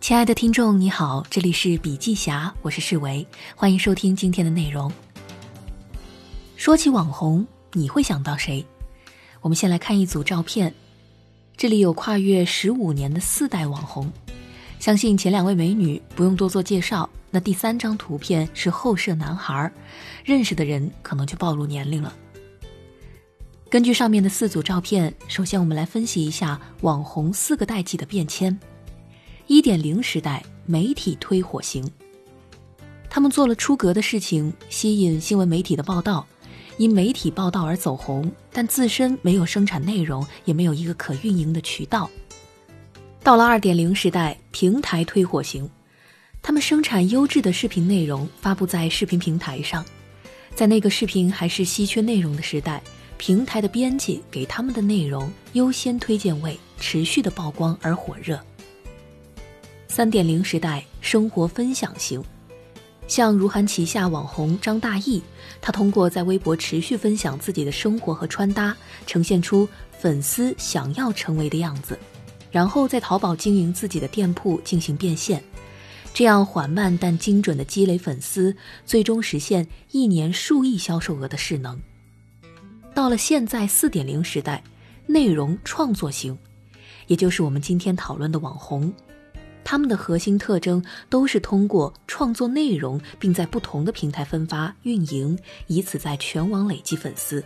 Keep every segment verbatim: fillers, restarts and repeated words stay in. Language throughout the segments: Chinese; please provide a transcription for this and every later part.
亲爱的听众你好，这里是笔记侠，我是世维，欢迎收听今天的内容。说起网红，你会想到谁？我们先来看一组照片，这里有跨越十五年的四代网红，相信前两位美女不用多做介绍，那第三张图片是后摄男孩，认识的人可能就暴露年龄了。根据上面的四组照片，首先我们来分析一下网红四个代际的变迁。一点零 时代，媒体推火型，他们做了出格的事情，吸引新闻媒体的报道，因媒体报道而走红，但自身没有生产内容，也没有一个可运营的渠道。到了 二点零 时代，平台推火型，他们生产优质的视频内容，发布在视频平台上。在那个视频还是稀缺内容的时代，平台的编辑给他们的内容优先推荐位，持续的曝光而火热。三点零 时代，生活分享型，像如涵旗下网红张大奕，他通过在微博持续分享自己的生活和穿搭，呈现出粉丝想要成为的样子，然后在淘宝经营自己的店铺进行变现，这样缓慢但精准的积累粉丝，最终实现一年数亿销售额的势能。到了现在 四点零 时代，内容创作型，也就是我们今天讨论的网红，他们的核心特征都是通过创作内容，并在不同的平台分发运营，以此在全网累积粉丝。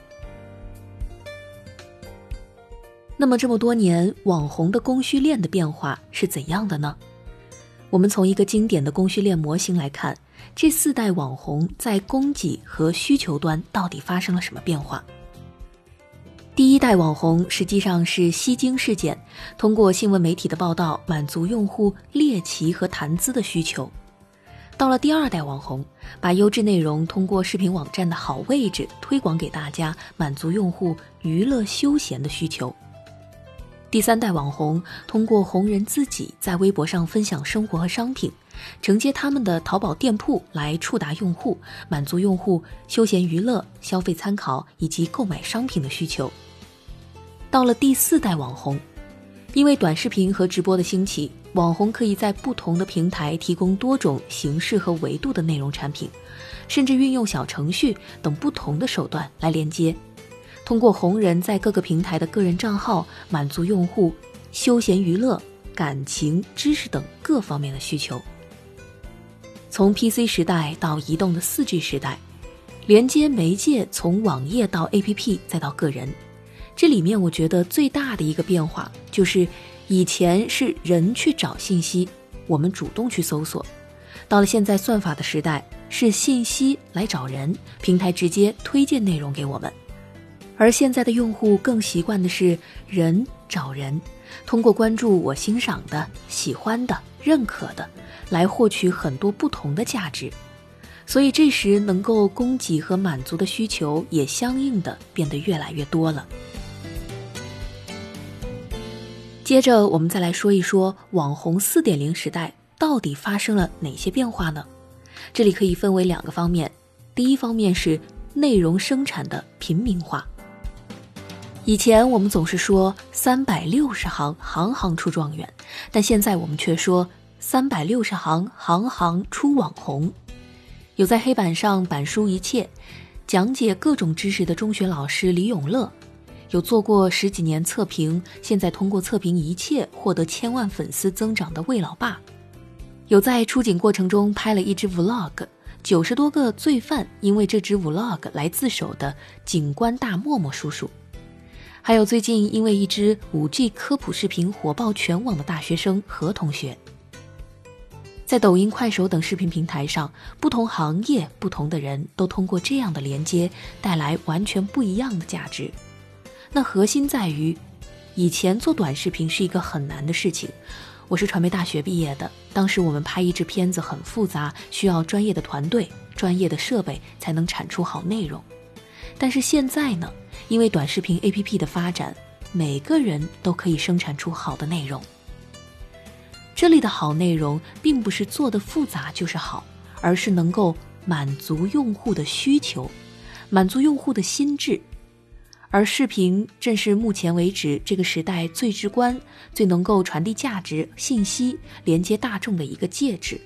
那么这么多年，网红的供需链的变化是怎样的呢？我们从一个经典的供需链模型来看，这四代网红在供给和需求端到底发生了什么变化。第一代网红实际上是吸睛事件，通过新闻媒体的报道满足用户猎奇和谈资的需求。到了第二代网红，把优质内容通过视频网站的好位置推广给大家，满足用户娱乐休闲的需求。第三代网红通过红人自己在微博上分享生活和商品，承接他们的淘宝店铺来触达用户，满足用户休闲娱乐、消费参考以及购买商品的需求。到了第四代网红，因为短视频和直播的兴起，网红可以在不同的平台提供多种形式和维度的内容产品，甚至运用小程序等不同的手段来连接，通过红人在各个平台的个人账号，满足用户休闲娱乐、感情、知识等各方面的需求。从 P C 时代到移动的 四 G 时代，连接媒介从网页到 A P P 再到个人，这里面我觉得最大的一个变化就是以前是人去找信息，我们主动去搜索，到了现在算法的时代，是信息来找人，平台直接推荐内容给我们。而现在的用户更习惯的是人找人，通过关注我欣赏的、喜欢的、认可的，来获取很多不同的价值。所以这时能够供给和满足的需求也相应的变得越来越多了。接着我们再来说一说网红 四点零 时代到底发生了哪些变化呢？这里可以分为两个方面，第一方面是内容生产的平民化。以前我们总是说三百六十行，行行出状元，但现在我们却说三百六十行，行行出网红。有在黑板上板书一切，讲解各种知识的中学老师李永乐，有做过十几年测评，现在通过测评一切获得千万粉丝增长的魏老爸，有在出警过程中拍了一支 vlog， 九十多个罪犯因为这支 vlog 来自首的警官大默默叔叔，还有最近因为一支 五 G 科普视频火爆全网的大学生何同学。在抖音、快手等视频平台上，不同行业、不同的人都通过这样的连接带来完全不一样的价值。那核心在于，以前做短视频是一个很难的事情。我是传媒大学毕业的，当时我们拍一支片子很复杂，需要专业的团队、专业的设备才能产出好内容。但是现在呢，因为短视频 A P P 的发展，每个人都可以生产出好的内容。这里的好内容并不是做得复杂就是好，而是能够满足用户的需求，满足用户的心智。 而视频正是目前为止这个时代最直观、最能够传递价值、信息、连接大众的一个介质。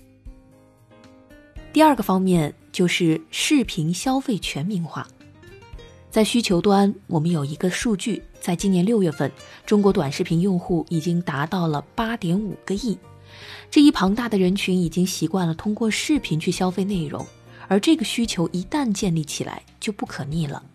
第二个方面就是视频消费全民化。在需求端，我们有一个数据，在今年六月份，中国短视频用户已经达到了 八点五个亿。这一庞大的人群已经习惯了通过视频去消费内容，而这个需求一旦建立起来，就不可逆了。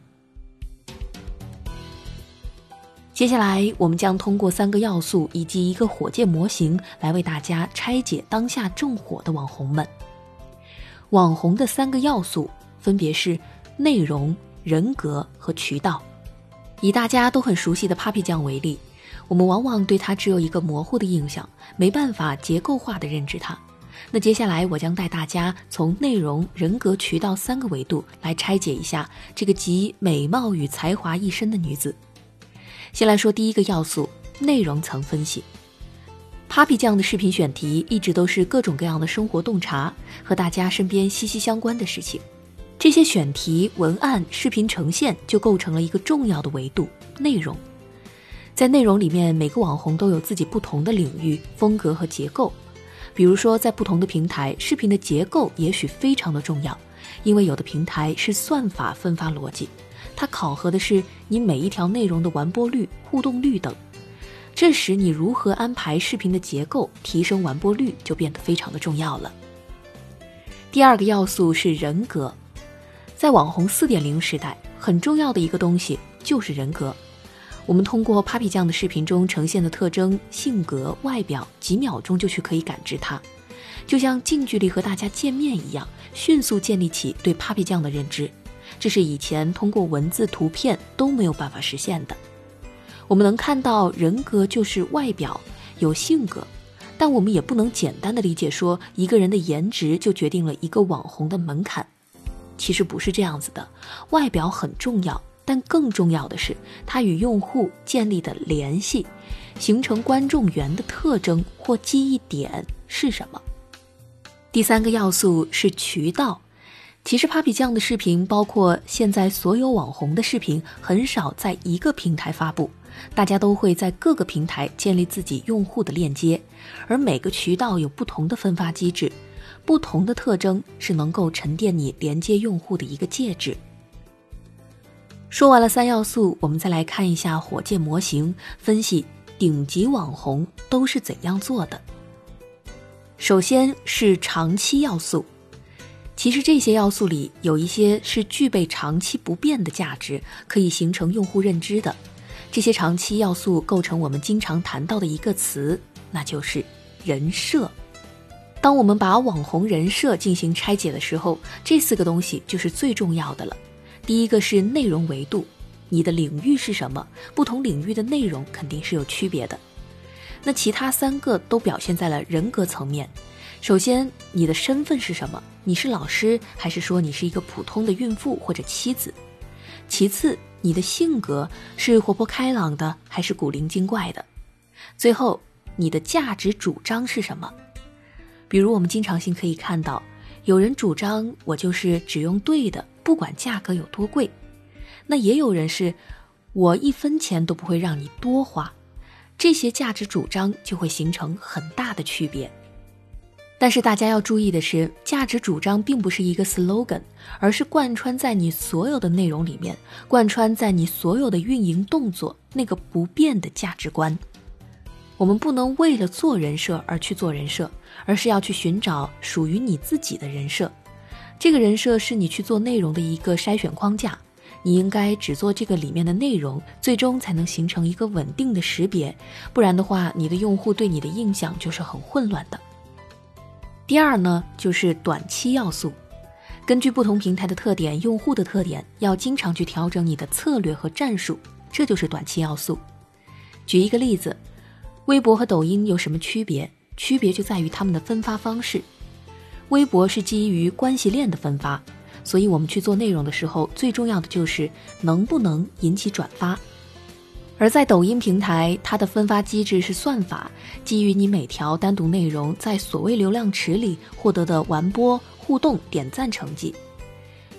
接下来，我们将通过三个要素以及一个火箭模型来为大家拆解当下正火的网红们。网红的三个要素分别是内容、人格和渠道。以大家都很熟悉的 Papi 酱为例，我们往往对它只有一个模糊的印象，没办法结构化的认知它。那接下来我将带大家从内容、人格、渠道三个维度来拆解一下这个集美貌与才华一身的女子。先来说第一个要素，内容层分析。Papi 酱的视频选题一直都是各种各样的生活洞察，和大家身边息息相关的事情。这些选题、文案、视频呈现就构成了一个重要的维度，内容。在内容里面，每个网红都有自己不同的领域、风格和结构。比如说，在不同的平台，视频的结构也许非常的重要，因为有的平台是算法分发逻辑，它考核的是你每一条内容的完播率、互动率等。这时你如何安排视频的结构，提升完播率就变得非常的重要了。第二个要素是人格。在网红 四点零 时代，很重要的一个东西就是人格。我们通过 Papi 酱的视频中呈现的特征、性格、外表，几秒钟就去可以感知它，就像近距离和大家见面一样，迅速建立起对 Papi 酱的认知。这是以前通过文字、图片都没有办法实现的。我们能看到人格就是外表，有性格，但我们也不能简单的理解说一个人的颜值就决定了一个网红的门槛。其实不是这样子的，外表很重要，但更重要的是它与用户建立的联系，形成观众缘的特征或记忆点是什么。第三个要素是渠道。其实 Papi 酱的视频，包括现在所有网红的视频，很少在一个平台发布，大家都会在各个平台建立自己用户的链接，而每个渠道有不同的分发机制，不同的特征是能够沉淀你连接用户的一个介质。说完了三要素，我们再来看一下火箭模型，分析顶级网红都是怎样做的。首先是长期要素。其实这些要素里有一些是具备长期不变的价值，可以形成用户认知的。这些长期要素构成我们经常谈到的一个词，那就是人设。当我们把网红人设进行拆解的时候，这四个东西就是最重要的了。第一个是内容维度，你的领域是什么？不同领域的内容肯定是有区别的。那其他三个都表现在了人格层面。首先，你的身份是什么？你是老师，还是说你是一个普通的孕妇或者妻子？其次，你的性格是活泼开朗的，还是古灵精怪的？最后，你的价值主张是什么？比如我们经常性可以看到，有人主张我就是只用对的，不管价格有多贵。那也有人是我一分钱都不会让你多花。这些价值主张就会形成很大的区别。但是大家要注意的是，价值主张并不是一个 slogan， 而是贯穿在你所有的内容里面，贯穿在你所有的运营动作，那个不变的价值观。我们不能为了做人设而去做人设，而是要去寻找属于你自己的人设。这个人设是你去做内容的一个筛选框架，你应该只做这个里面的内容，最终才能形成一个稳定的识别，不然的话，你的用户对你的印象就是很混乱的。第二呢，就是短期要素。根据不同平台的特点、用户的特点，要经常去调整你的策略和战术，这就是短期要素。举一个例子，微博和抖音有什么区别？区别就在于它们的分发方式。微博是基于关系链的分发，所以我们去做内容的时候，最重要的就是能不能引起转发。而在抖音平台，它的分发机制是算法，基于你每条单独内容在所谓流量池里获得的完播、互动、点赞成绩。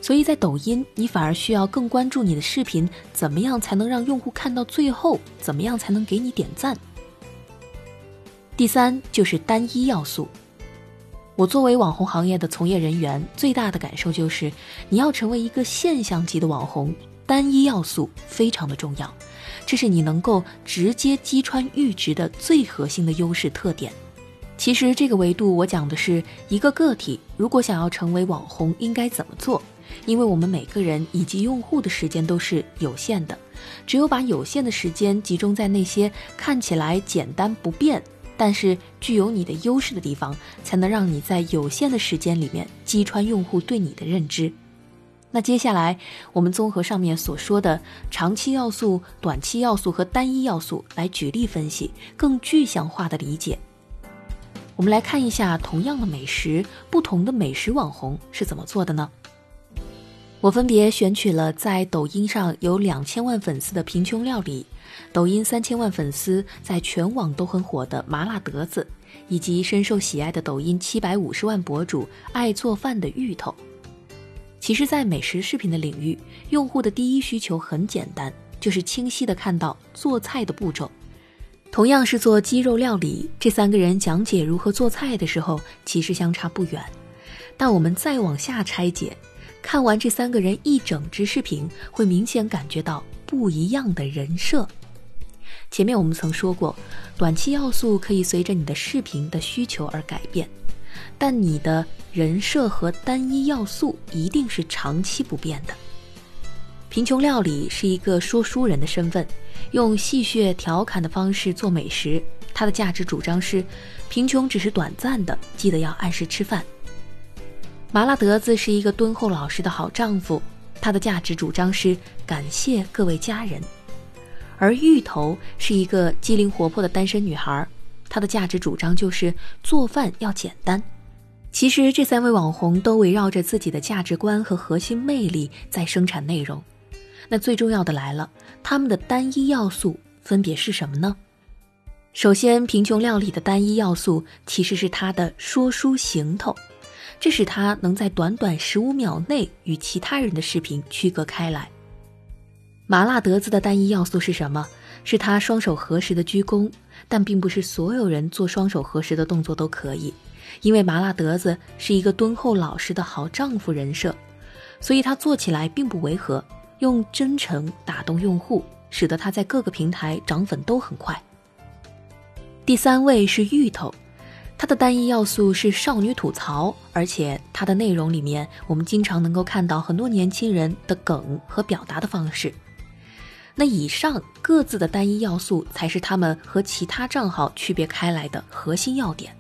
所以在抖音，你反而需要更关注你的视频怎么样才能让用户看到最后，怎么样才能给你点赞。第三就是单一要素。我作为网红行业的从业人员，最大的感受就是，你要成为一个现象级的网红，单一要素非常的重要，这是你能够直接击穿阈值的最核心的优势特点。其实这个维度我讲的是一个个体如果想要成为网红应该怎么做，因为我们每个人以及用户的时间都是有限的，只有把有限的时间集中在那些看起来简单不变但是具有你的优势的地方，才能让你在有限的时间里面击穿用户对你的认知。那接下来我们综合上面所说的长期要素、短期要素和单一要素来举例分析，更具象化的理解。我们来看一下同样的美食，不同的美食网红是怎么做的呢？我分别选取了在抖音上有两千万粉丝的贫穷料理，抖音三千万粉丝在全网都很火的麻辣德子，以及深受喜爱的抖音七百五十万博主爱做饭的芋头。其实在美食视频的领域，用户的第一需求很简单，就是清晰地看到做菜的步骤。同样是做鸡肉料理，这三个人讲解如何做菜的时候其实相差不远，但我们再往下拆解，看完这三个人一整支视频，会明显感觉到不一样的人设。前面我们曾说过，短期要素可以随着你的视频的需求而改变，但你的人设和单一要素一定是长期不变的。贫穷料理是一个说书人的身份，用戏谑调侃的方式做美食，他的价值主张是贫穷只是短暂的，记得要按时吃饭。麻辣德子是一个敦厚老实的好丈夫，他的价值主张是感谢各位家人。而芋头是一个机灵活泼的单身女孩，她的价值主张就是做饭要简单。其实这三位网红都围绕着自己的价值观和核心魅力在生产内容。那最重要的来了，他们的单一要素分别是什么呢？首先，贫穷料理的单一要素其实是他的说书行头，这使他能在短短十五秒内与其他人的视频区隔开来。麻辣德子的单一要素是什么？是他双手合十的鞠躬，但并不是所有人做双手合十的动作都可以，因为麻辣德子是一个敦厚老实的好丈夫人设，所以他做起来并不违和，用真诚打动用户，使得他在各个平台涨粉都很快。第三位是芋头，他的单一要素是少女吐槽，而且他的内容里面我们经常能够看到很多年轻人的梗和表达的方式。那以上各自的单一要素才是他们和其他账号区别开来的核心要点。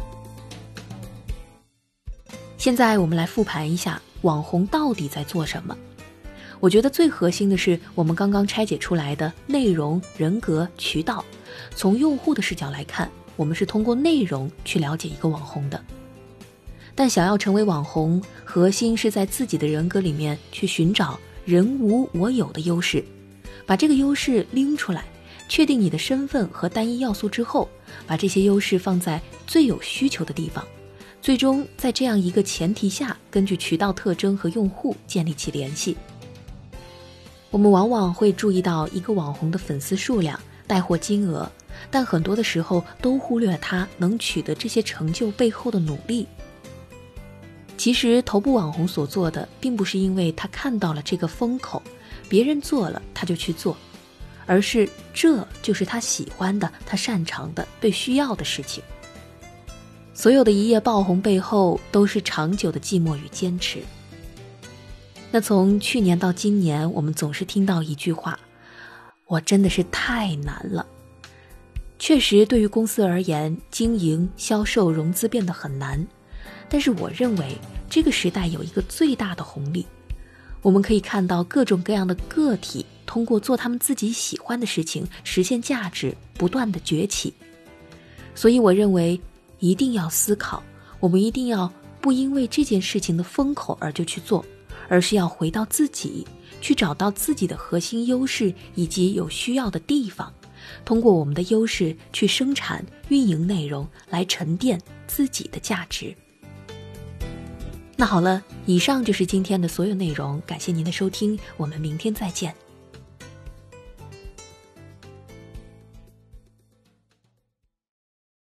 现在我们来复盘一下网红到底在做什么。我觉得最核心的是我们刚刚拆解出来的内容、人格、渠道。从用户的视角来看，我们是通过内容去了解一个网红的。但想要成为网红，核心是在自己的人格里面去寻找人无我有的优势，把这个优势拎出来，确定你的身份和单一要素之后，把这些优势放在最有需求的地方，最终在这样一个前提下，根据渠道特征和用户建立起联系。我们往往会注意到一个网红的粉丝数量、带货金额，但很多的时候都忽略了他能取得这些成就背后的努力。其实头部网红所做的并不是因为他看到了这个风口，别人做了他就去做，而是这就是他喜欢的、他擅长的、被需要的事情。所有的一夜爆红背后都是长久的寂寞与坚持。那从去年到今年，我们总是听到一句话，我真的是太难了。确实对于公司而言，经营、销售、融资变得很难，但是我认为这个时代有一个最大的红利，我们可以看到各种各样的个体通过做他们自己喜欢的事情实现价值，不断的崛起。所以我认为一定要思考，我们一定要不因为这件事情的风口而就去做，而是要回到自己，去找到自己的核心优势以及有需要的地方，通过我们的优势去生产、运营内容，来沉淀自己的价值。 那好了，以上就是今天的所有内容，感谢您的收听，我们明天再见。